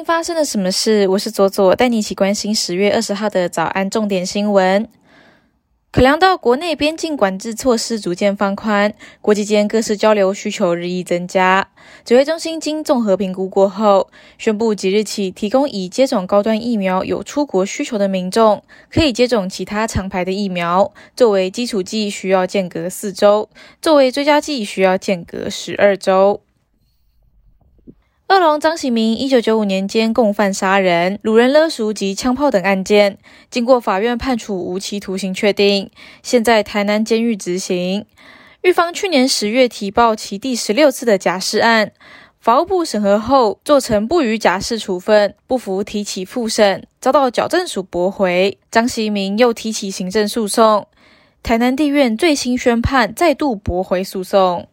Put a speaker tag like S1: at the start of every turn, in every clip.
S1: 发生了什么事？我是左左，带你一起关心10月20号的早安重点新闻。考量到国内边境管制措施逐渐放宽，国际间各式交流需求日益增加，指挥中心经综合评估过后，宣布即日起提供已接种高端疫苗有出国需求的民众，可以接种其他厂牌的疫苗，作为基础剂需要间隔4周，作为追加剂需要间隔12周。二龙张喜明1995年间共犯杀人、掳人勒赎及枪炮等案件，经过法院判处无期徒刑确定，现在台南监狱执行。狱方去年10月提报其第16次的假释案，法务部审核后做成不予假释处分，不服提起复审，遭到矫正署驳回。张喜明又提起行政诉讼，台南地院最新宣判再度驳回诉讼。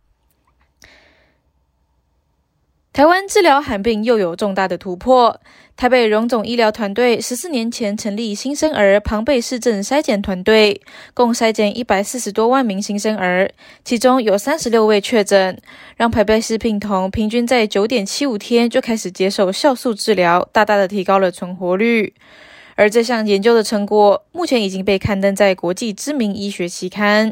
S1: 台湾治疗罕病又有重大的突破，台北荣总医疗团队14年前成立新生儿庞贝氏症筛检团队，共筛检140多万名新生儿，其中有36位确诊，让庞贝氏病童平均在 9.75 天就开始接受酵素治疗，大大的提高了存活率。而这项研究的成果目前已经被刊登在国际知名医学期刊。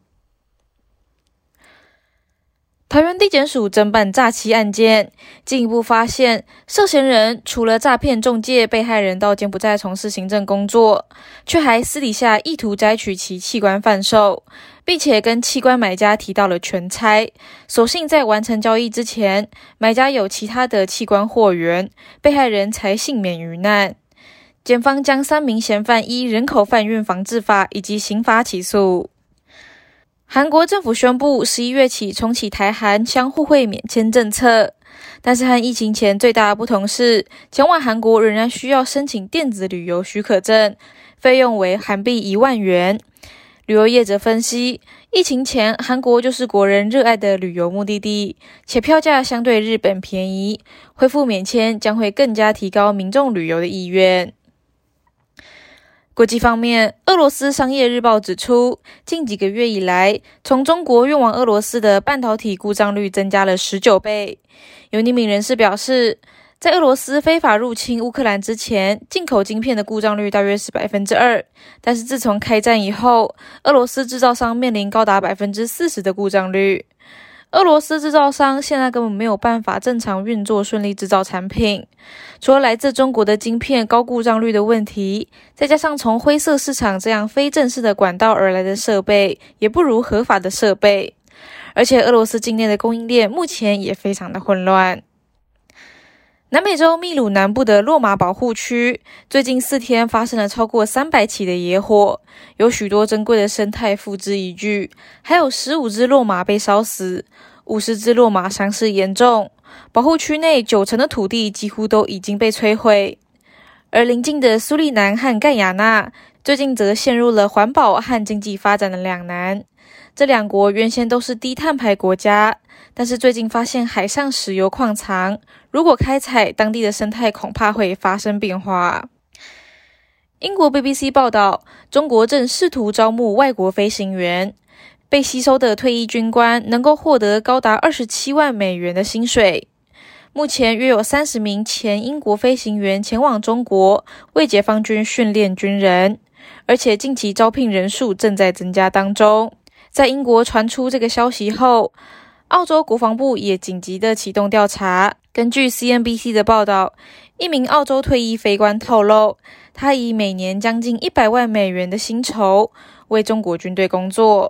S1: 桃园地检署侦办诈欺案件，进一步发现涉嫌人除了诈骗中介被害人到柬埔寨从事行政工作，却还私底下意图摘取其器官贩售，并且跟器官买家提到了全拆，所幸在完成交易之前，买家有其他的器官货源，被害人才幸免于难。检方将3名嫌犯依人口贩运防治法以及刑法起诉。韩国政府宣布11月起重启台韩相互会免签政策，但是和疫情前最大的不同是，前往韩国仍然需要申请电子旅游许可证，费用为韩币1万元。旅游业者分析，疫情前韩国就是国人热爱的旅游目的地，且票价相对日本便宜，恢复免签将会更加提高民众旅游的意愿。国际方面，俄罗斯商业日报指出，近几个月以来，从中国运往俄罗斯的半导体故障率增加了19倍。有匿名人士表示，在俄罗斯非法入侵乌克兰之前，进口晶片的故障率大约是 2%， 但是自从开战以后，俄罗斯制造商面临高达 40% 的故障率。俄罗斯制造商现在根本没有办法正常运作顺利制造产品，除了来自中国的晶片高故障率的问题，再加上从灰色市场这样非正式的管道而来的设备也不如合法的设备，而且俄罗斯境内的供应链目前也非常的混乱。南美洲秘鲁南部的洛马保护区最近4天发生了超过300起的野火，有许多珍贵的生态付之一炬，还有15只骆马被烧死，50只骆马伤势严重，保护区内90%的土地几乎都已经被摧毁。而邻近的苏利南和盖亚那最近则陷入了环保和经济发展的两难。这2国原先都是低碳排国家，但是最近发现海上石油矿藏，如果开采，当地的生态恐怕会发生变化。英国 BBC 报道，中国正试图招募外国飞行员，被吸收的退役军官能够获得高达27万美元的薪水。目前约有30名前英国飞行员前往中国为解放军训练军人，而且近期招聘人数正在增加当中。在英国传出这个消息后，澳洲国防部也紧急的启动调查。根据 CNBC 的报道，一名澳洲退役飞官透露，他以每年将近100万美元的薪酬为中国军队工作。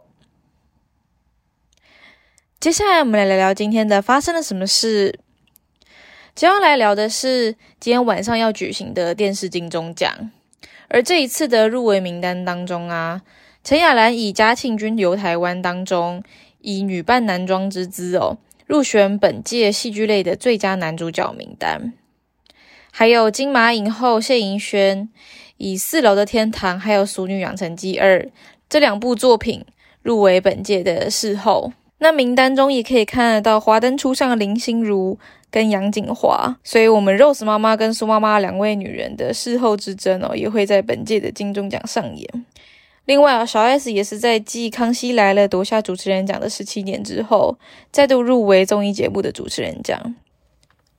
S1: 接下来我们来聊聊今天的发生了什么事。今天要来聊的是今天晚上要举行的电视金钟奖。而这一次的入围名单当中陈雅兰以《嘉庆君游台湾》当中以女扮男装之姿入选本届戏剧类的最佳男主角名单。还有金马影后谢盈萱以《4楼的天堂》还有《俗女养成记2》这2部作品入围本届的视后。那名单中也可以看得到华灯初上的林心如跟杨谨华，所以我们 Rose 妈妈跟苏妈妈2位女人的视后之争也会在本届的金钟奖上演。另外小 S 也是在继康熙来了夺下主持人奖的17年之后，再度入围综艺节目的主持人奖。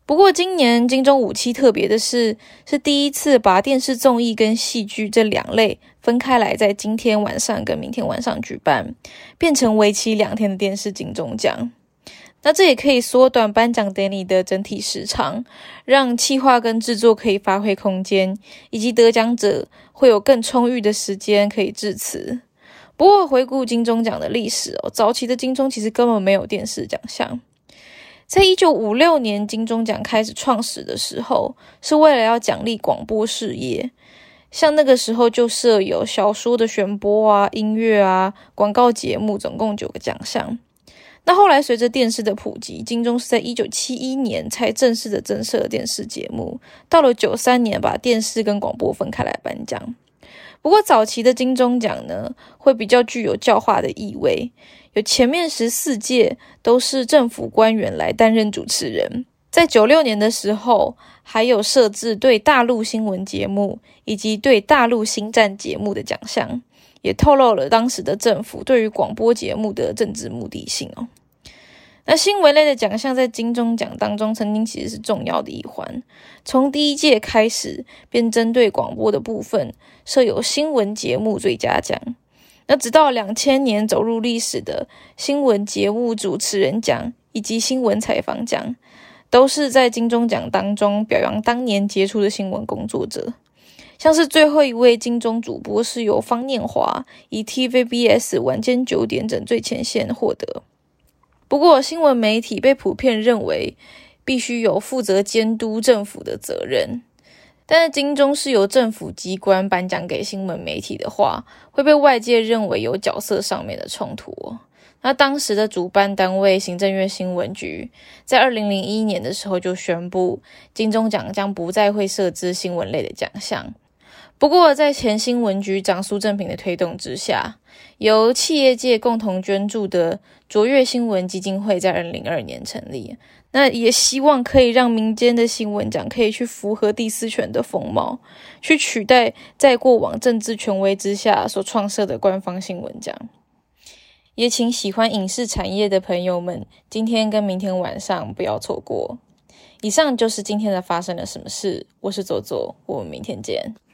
S1: 不过今年金钟57特别的是第一次把电视综艺跟戏剧这两类分开来，在今天晚上跟明天晚上举办，变成为期2天的电视金钟奖。那这也可以缩短颁奖典礼的整体时长，让企划跟制作可以发挥空间，以及得奖者会有更充裕的时间可以致辞。不过回顾金钟奖的历史早期的金钟其实根本没有电视奖项。在1956年金钟奖开始创始的时候，是为了要奖励广播事业，像那个时候就设有小说的选播啊、音乐啊、广告节目，总共9个奖项。那后来随着电视的普及，金钟是在1971年才正式的增设电视节目，到了93年把电视跟广播分开来颁奖。不过早期的金钟奖呢，会比较具有教化的意味，有前面14届都是政府官员来担任主持人。在96年的时候，还有设置对大陆新闻节目以及对大陆星战节目的奖项，也透露了当时的政府对于广播节目的政治目的性那新闻类的奖项在金钟奖当中曾经其实是重要的一环，从第1届开始便针对广播的部分设有新闻节目最佳奖。那直到2000年走入历史的新闻节目主持人奖以及新闻采访奖，都是在金钟奖当中表扬当年杰出的新闻工作者。像是最后一位金钟主播是由方念华以 TVBS 晚间9点整最前线获得。不过新闻媒体被普遍认为必须有负责监督政府的责任，但是金钟是由政府机关颁奖给新闻媒体的话，会被外界认为有角色上面的冲突那当时的主办单位行政院新闻局在2001年的时候就宣布，金钟奖将不再会设置新闻类的奖项。不过在前新闻局长苏正平的推动之下，由企业界共同捐助的卓越新闻基金会在2002年成立，那也希望可以让民间的新闻奖可以去符合第4权的风貌，去取代在过往政治权威之下所创设的官方新闻奖。也请喜欢影视产业的朋友们，今天跟明天晚上不要错过。以上就是今天的发生了什么事，我是左左，我们明天见。